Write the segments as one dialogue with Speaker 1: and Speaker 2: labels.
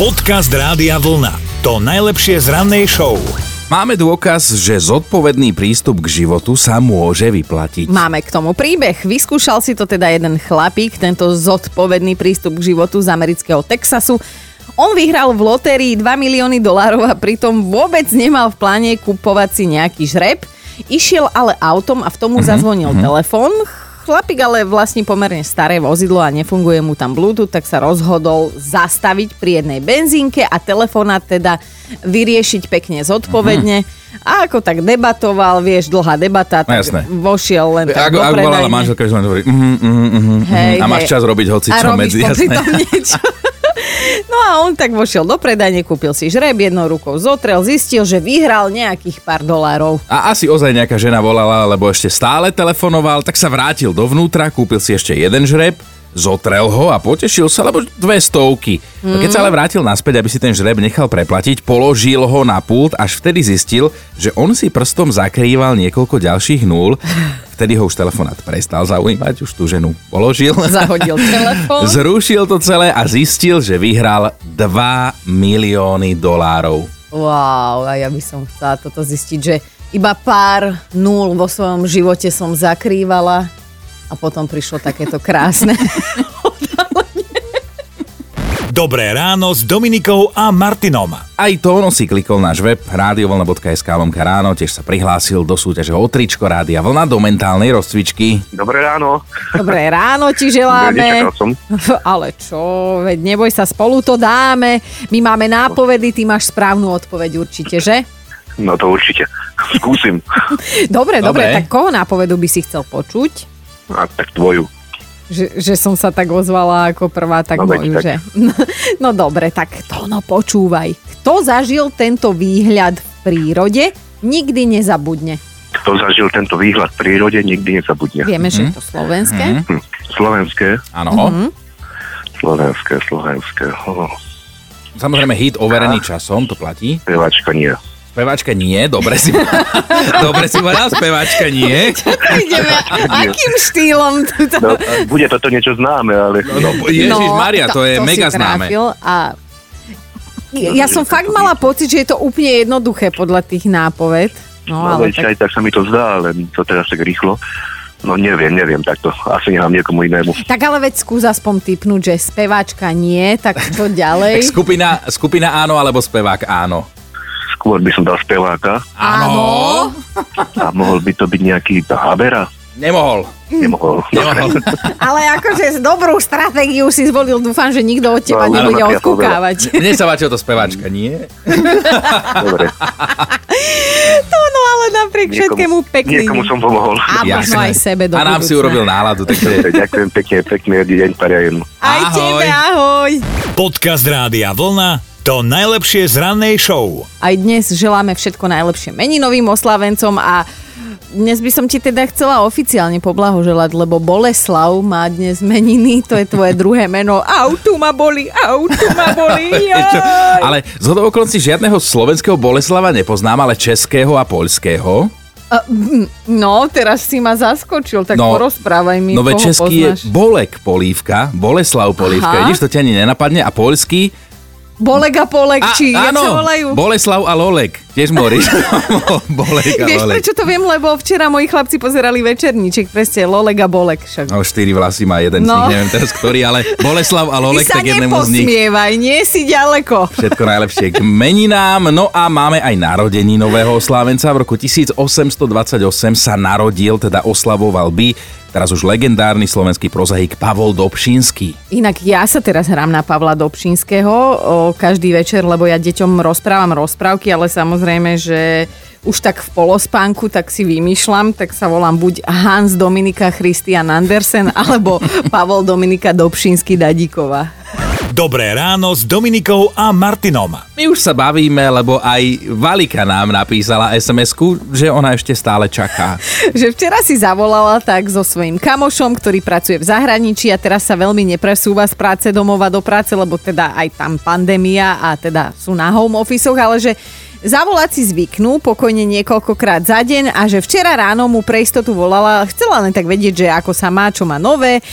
Speaker 1: Podcast Rádia Vlna. To najlepšie z rannej show.
Speaker 2: Máme dôkaz, že zodpovedný prístup k životu sa môže vyplatiť.
Speaker 3: Máme k tomu príbeh. Vyskúšal si to teda jeden chlapík, tento zodpovedný prístup k životu z amerického Texasu. On vyhral v lotérii $2 milióny a pritom vôbec nemal v pláne kupovať si nejaký žreb. Išiel ale autom a v tomu zazvonil telefón. Chlapík ale vlastní pomerne staré vozidlo a nefunguje mu tam Bluetooth, tak sa rozhodol zastaviť pri jednej benzínke a telefonát teda vyriešiť pekne zodpovedne. A ako tak debatoval, vieš, dlhá debata, tak vošiel len tak do predajne. Ako volala manželka, že len hovorí a máš čas robiť hocičo medzi, jasné. No a on tak vošiel do predajne, kúpil si žreb, jednou rukou zotrel, zistil, že vyhral nejakých pár dolárov.
Speaker 2: A asi ozaj nejaká žena volala, lebo ešte stále telefonoval, tak sa vrátil dovnútra, kúpil si ešte jeden žreb, zotrel ho a potešil sa, lebo 200. No keď sa ale vrátil naspäť, aby si ten žreb nechal preplatiť, položil ho na pult, až vtedy zistil, že on si prstom zakrýval niekoľko ďalších nul. Vtedy ho už telefonát prestal zaujímať, už tú ženu položil.
Speaker 3: Zahodil telefón.
Speaker 2: Zrušil to celé a zistil, že vyhral $2 milióny.
Speaker 3: Wow, a ja by som chcela toto zistiť, že iba pár nul vo svojom živote som zakrývala a potom prišlo takéto krásne.
Speaker 1: Dobré ráno s Dominikou a Martinom.
Speaker 2: Aj Tóno si klikol náš web radiovlna.sk/ráno, tiež sa prihlásil do súťaže o tričko Rádia Vlna do mentálnej rozcvičky.
Speaker 4: Dobré ráno.
Speaker 3: Dobré ráno ti želáme. Ale čo, veď neboj sa, spolu to dáme. My máme nápovedy, ty máš správnu odpoveď určite, že?
Speaker 4: No to určite. Skúsim.
Speaker 3: Dobre, tak koho nápovedu by si chcel počuť?
Speaker 4: A tak tvoju.
Speaker 3: Že som sa tak ozvala ako prvá, tak moju, že? No dobre, tak Tóno, počúvaj. Kto zažil tento výhľad v prírode, nikdy nezabudne.
Speaker 4: Kto zažil tento výhľad v prírode, nikdy nezabudne.
Speaker 3: Vieme, že je to slovenské?
Speaker 4: Slovenské?
Speaker 2: Áno.
Speaker 4: Slovenské.
Speaker 2: Samozrejme hit overený časom, to platí.
Speaker 4: Speváčka nie.
Speaker 2: Speváčka nie, dobre si povedal, speváčka nie.
Speaker 3: Ideme, akým štýlom?
Speaker 4: No, bude toto niečo známe, ale...
Speaker 2: Ježišmaria, to je mega známe.
Speaker 3: A ja som fakt mala pocit, že je to úplne jednoduché podľa tých nápoved.
Speaker 4: No ale tak... aj tak sa mi to zdá, len to teraz tak rýchlo. No neviem, takto. Asi nechám niekomu inému.
Speaker 3: Tak ale veď skús aspoň tipnúť, že speváčka nie, tak čo ďalej?
Speaker 2: Tak skupina áno, alebo spevák áno.
Speaker 4: Skôr by som dal speváka.
Speaker 2: Áno.
Speaker 4: A mohol by to byť nejaký Habera?
Speaker 2: Nemohol.
Speaker 3: Ale akože dobrú stratégiu si zvolil, dúfam, že nikto od teba nebude odkúkávať.
Speaker 2: Mne sa páčilo to speváčka, nie?
Speaker 4: Dobre.
Speaker 3: No ale napriek všetkému pekný.
Speaker 4: Niekomu som pomohol.
Speaker 3: A možno aj sebe do budúcna.
Speaker 2: A nám si urobil náladu. Takže...
Speaker 4: Ďakujem pekne, deň prajem.
Speaker 3: Aj tebe, ahoj.
Speaker 1: Podcast Rádia Vlna. To najlepšie z rannej show.
Speaker 3: Aj dnes želáme všetko najlepšie meninovým oslavencom a dnes by som ti teda chcela oficiálne poblahoželať, lebo Boleslav má dnes meniny, to je tvoje druhé meno. Tu ma boli.
Speaker 2: Ale zhodou okolností žiadneho slovenského Boleslava nepoznám, ale českého a poľského.
Speaker 3: No, teraz si ma zaskočil, tak porozprávaj mi, koho
Speaker 2: poznáš. Český je Bolek Polívka, Boleslav Polívka, vidíš, to ťa ani nenapadne, a poľský
Speaker 3: Bolek a Polek, či jak
Speaker 2: áno,
Speaker 3: sa volajú?
Speaker 2: Boleslav a Lolek. Tiež Moris. Bolek a Lolek.
Speaker 3: Vieš, prečo to viem? Lebo včera moji chlapci pozerali večerníček, presne Lolek a Bolek. Však.
Speaker 2: 4 vlasy má jeden z nich, neviem teraz ktorý, ale Boleslav a Lolek, tak jednému z nich.
Speaker 3: Ty sa neposmievaj, nie si ďaleko.
Speaker 2: Všetko najlepšie k meninám. No a máme aj narodení nového oslávenca. V roku 1828 sa narodil, teda oslavoval by teraz už legendárny slovenský prozaik Pavol Dobšinský.
Speaker 3: Inak ja sa teraz hrám na Pavla Dobšinského každý večer, lebo ja deťom rozprávam rozprávky, ale samozrejme, že už tak v polospánku, tak si vymýšľam, tak sa volám buď Hans Dominika Christian Andersen, alebo Pavol Dominika Dobšinský Dadíková.
Speaker 1: Dobré ráno s Dominikou a Martinom.
Speaker 2: My už sa bavíme, lebo aj Valika nám napísala SMS-ku, že ona ešte stále čaká.
Speaker 3: Že včera si zavolala tak so svojím kamošom, ktorý pracuje v zahraničí a teraz sa veľmi nepresúva z práce domova do práce, lebo teda aj tam pandémia a teda sú na home office-och, ale že zavolať si zvyknú pokojne niekoľkokrát za deň a že včera ráno mu pre istotu volala, chcela len tak vedieť, že ako sa má, čo má nové.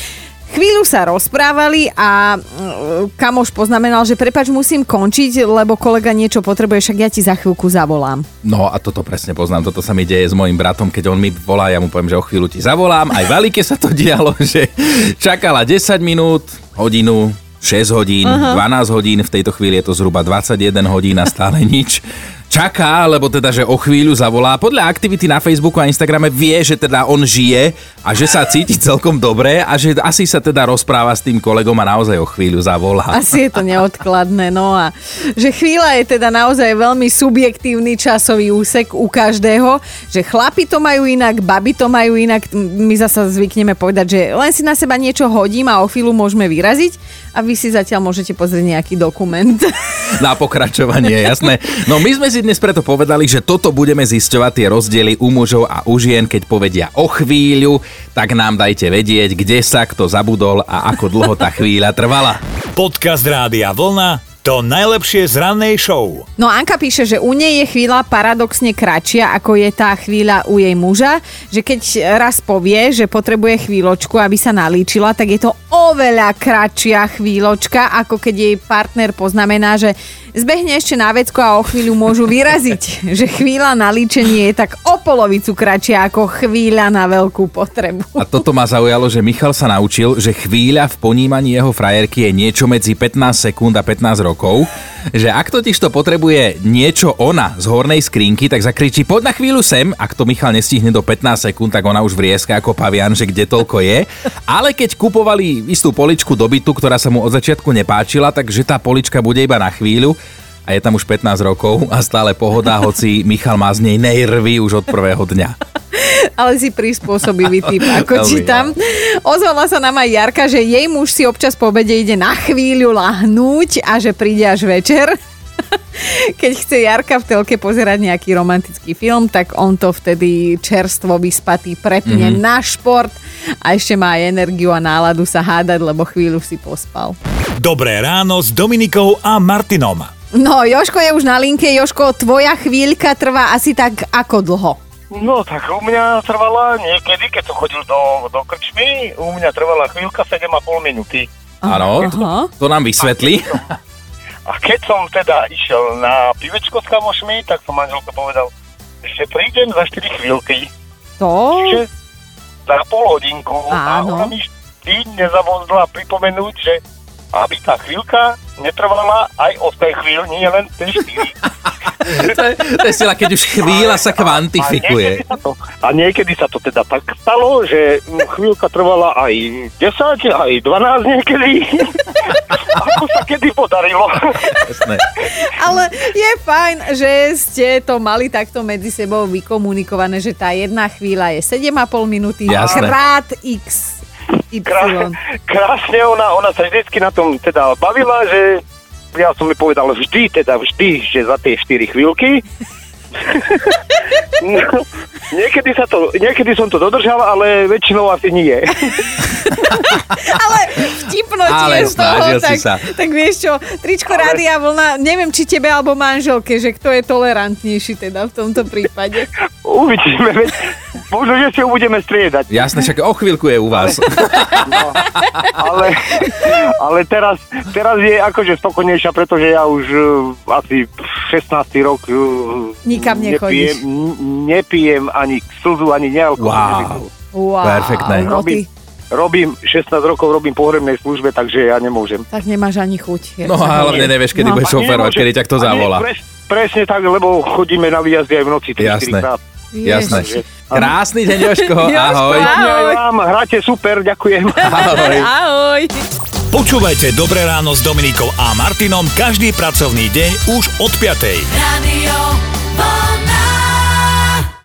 Speaker 3: Chvíľu sa rozprávali a kamoš poznamenal, že prepáč, musím končiť, lebo kolega niečo potrebuje, však ja ti za chvíľku zavolám.
Speaker 2: No a toto presne poznám, toto sa mi deje s mojím bratom, keď on mi volá, ja mu poviem, že o chvíľu ti zavolám. Aj v Alike sa to dialo, že čakala 10 minút, hodinu, 6 hodín, 12 hodín, v tejto chvíli je to zhruba 21 hodín a stále nič. Čaká, lebo teda, že o chvíľu zavolá. Podľa aktivity na Facebooku a Instagrame vie, že teda on žije a že sa cíti celkom dobre a že asi sa teda rozpráva s tým kolegom a naozaj o chvíľu zavolá.
Speaker 3: Asi je to neodkladné, no a že chvíľa je teda naozaj veľmi subjektívny časový úsek u každého, že chlapi to majú inak, baby to majú inak. My zasa zvykneme povedať, že len si na seba niečo hodím a o chvíľu môžeme vyraziť a vy si zatiaľ môžete pozrieť nejaký dokument.
Speaker 2: Na pokračovanie, jasné. No my sme si dnes preto povedali, že toto budeme zisťovať tie rozdiely u mužov a u žien, keď povedia o chvíľu, tak nám dajte vedieť, kde sa kto zabudol a ako dlho tá chvíľa trvala.
Speaker 1: Podcast Rádia Vlna, to najlepšie z rannej show.
Speaker 3: No Anka píše, že u nej je chvíľa paradoxne kratšia, ako je tá chvíľa u jej muža, že keď raz povie, že potrebuje chvíľočku, aby sa nalíčila, tak je to oveľa kratšia chvíľočka, ako keď jej partner poznamená, že zbehne ešte na vecko a o chvíľu môžu vyraziť. Že chvíľa na líčenie je tak o polovicu kratšia ako chvíľa na veľkú potrebu.
Speaker 2: A toto ma zaujalo, že Michal sa naučil, že chvíľa v ponímaní jeho frajerky je niečo medzi 15 sekúnd a 15 rokov. Že ak totižto potrebuje niečo ona z hornej skrinky, tak zakričí poď na chvíľu sem. Ak to Michal nestihne do 15 sekúnd, tak ona už vrieska ako pavian, že kde toľko je. Ale keď kupovali istú poličku do bytu, ktorá sa mu od začiatku nepáčila, takže tá polička bude iba na chvíľu. A je tam už 15 rokov a stále pohoda, hoci Michal má z nej nervy už od prvého dňa.
Speaker 3: Ale si prispôsobivý typ, ako čítam. Ozvala sa nám aj Jarka, že jej muž si občas po obede ide na chvíľu lahnúť a že príde až večer. Keď chce Jarka v telke pozerať nejaký romantický film, tak on to vtedy čerstvo vyspatý prepne na šport a ešte má aj energiu a náladu sa hádať, lebo chvíľu si pospal.
Speaker 1: Dobré ráno s Dominikou a Martinom.
Speaker 3: No, Jožko je už na linke. Jožko, tvoja chvíľka trvá asi tak ako dlho?
Speaker 5: No tak u mňa trvala niekedy, keď som chodil do krčmy, u mňa trvala chvíľka 7,5 minúty.
Speaker 2: Áno, to nám vysvetlí.
Speaker 5: A keď som teda išiel na pivečko s kamošmi, tak som manželka povedal, že prídem za 4 chvíľky.
Speaker 3: To?
Speaker 5: Čiže za pol hodinku. A ona mi vždy nezavozla pripomenúť, že aby tá chvíľka netrvala aj od tej chvíľ, nie len tej 4.
Speaker 2: To je sila, keď už chvíľa sa kvantifikuje.
Speaker 5: A niekedy sa to teda tak stalo, že chvíľka trvala aj 10, aj 12 niekedy. Ako sa kedy podarilo.
Speaker 2: Jasné.
Speaker 3: Ale je fajn, že ste to mali takto medzi sebou vykomunikované, že tá jedna chvíľa je 7,5 minúty krát x.
Speaker 5: Krásne, ona sa vždycky na tom teda bavila, že ja som mi povedal vždy, že za tie 4 chvíľky. No, niekedy som to dodržal, ale väčšinou asi nie.
Speaker 3: Ale vtipno tiež toho, tak vieš čo, tričko Rádia Vlna, neviem, či tebe alebo manželke, že kto je tolerantnejší teda v tomto prípade.
Speaker 5: Uvidíme, možno, že si ho budeme striedať.
Speaker 2: Jasné, však o chvíľku je u vás.
Speaker 5: No, ale teraz je akože spokojnejšia, pretože ja už asi 16. rok
Speaker 3: nikam nechodíš.
Speaker 5: Nepijem ani slzu, ani nealkohol.
Speaker 2: Wow. Perfektné.
Speaker 5: Robím 16 rokov, robím pohrebnej službe, takže ja nemôžem.
Speaker 3: Tak nemáš ani chuť.
Speaker 2: No a hlavne nevieš, kedy budeš šoferovať, kedy ťa kto zavolá.
Speaker 5: Presne tak, lebo chodíme na výjazdy aj v noci.
Speaker 2: Jasné. Jasné. Krásny deň, Jožko. Ahoj.
Speaker 5: Ahoj vám, hráte super, ďakujem.
Speaker 2: Ahoj.
Speaker 3: Ahoj.
Speaker 1: Počúvajte Dobré ráno s Dominikou a Martinom každý pracovný deň už od 5:00.